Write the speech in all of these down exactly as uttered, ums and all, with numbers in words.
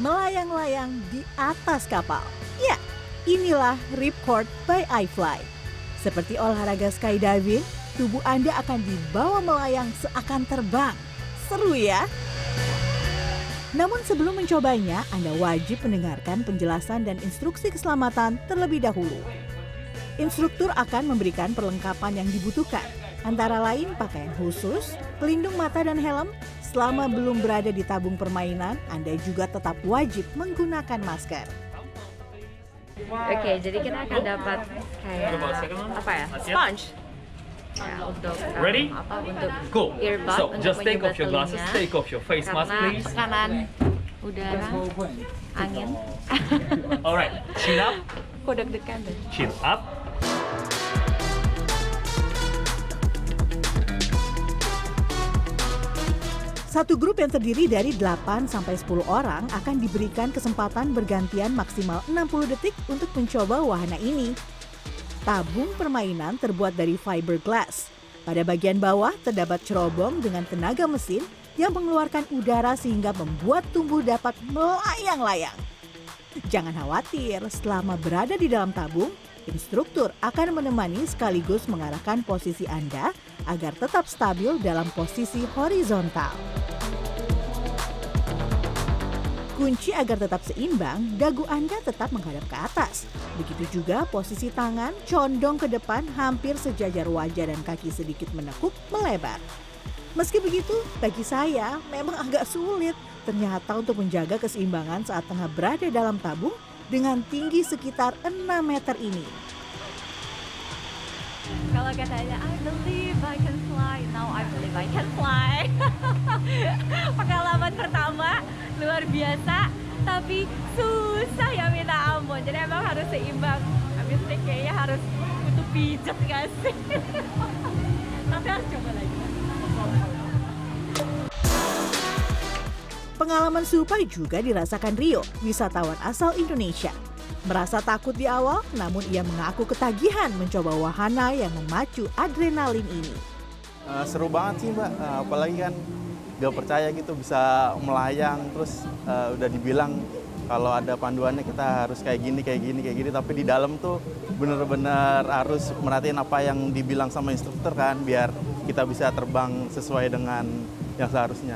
melayang-layang di atas kapal. Ya, inilah Ripcord by iFly. Seperti olahraga skydiving, tubuh Anda akan dibawa melayang seakan terbang. Seru ya? Namun sebelum mencobanya, Anda wajib mendengarkan penjelasan dan instruksi keselamatan terlebih dahulu. Instruktur akan memberikan perlengkapan yang dibutuhkan, antara lain pakaian khusus, pelindung mata dan helm. Selama belum berada di tabung permainan, Anda juga tetap wajib menggunakan masker. Oke, jadi kita akan dapat kayak apa ya, sponge. Ya, untuk um, Ready? apa untuk Go. earbud So, untuk just take off your menyebab glasses, telinga, take off your face mask, karena please. tekanan udara, angin. Alright, chin up, Kok deg-degan deh. chin up. Satu grup yang terdiri dari delapan sampai sepuluh orang akan diberikan kesempatan bergantian maksimal enam puluh detik untuk mencoba wahana ini. Tabung permainan terbuat dari fiberglass. Pada bagian bawah terdapat cerobong dengan tenaga mesin yang mengeluarkan udara sehingga membuat tubuh dapat melayang-layang. Jangan khawatir, selama berada di dalam tabung, instruktur akan menemani sekaligus mengarahkan posisi Anda agar tetap stabil dalam posisi horizontal. Kunci agar tetap seimbang, dagu Anda tetap menghadap ke atas. Begitu juga posisi tangan condong ke depan hampir sejajar wajah dan kaki sedikit menekuk melebar. Meski begitu, bagi saya memang agak sulit ternyata untuk menjaga keseimbangan saat tengah berada dalam tabung dengan tinggi sekitar enam meter ini. Kalau katanya, I believe I can fly, now I believe I can fly. Pengalaman pertama luar biasa, tapi susah ya minta ampun. Jadi emang harus seimbang. Habis ini kayaknya harus butuh pijat gak sih? Tapi harus coba lagi. Pengalaman serupa juga dirasakan Rio, wisatawan asal Indonesia. Merasa takut di awal, namun ia mengaku ketagihan mencoba wahana yang memacu adrenalin ini. Uh, seru banget sih Mbak, uh, apalagi kan gak percaya gitu bisa melayang, terus uh, udah dibilang kalau ada panduannya kita harus kayak gini, kayak gini, kayak gini, tapi di dalam tuh bener-bener harus merhatiin apa yang dibilang sama instruktur kan, biar kita bisa terbang sesuai dengan yang seharusnya.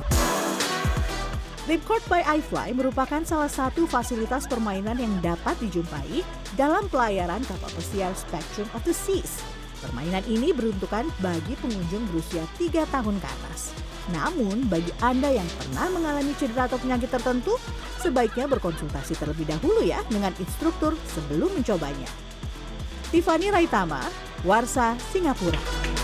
Ripcord by iFly merupakan salah satu fasilitas permainan yang dapat dijumpai dalam pelayaran kapal pesiar Spectrum of the Seas. Permainan ini beruntukan bagi pengunjung berusia tiga tahun ke atas. Namun, bagi Anda yang pernah mengalami cedera atau penyakit tertentu, sebaiknya berkonsultasi terlebih dahulu ya dengan instruktur sebelum mencobanya. Tiffany Raitama, Warsa, Singapura.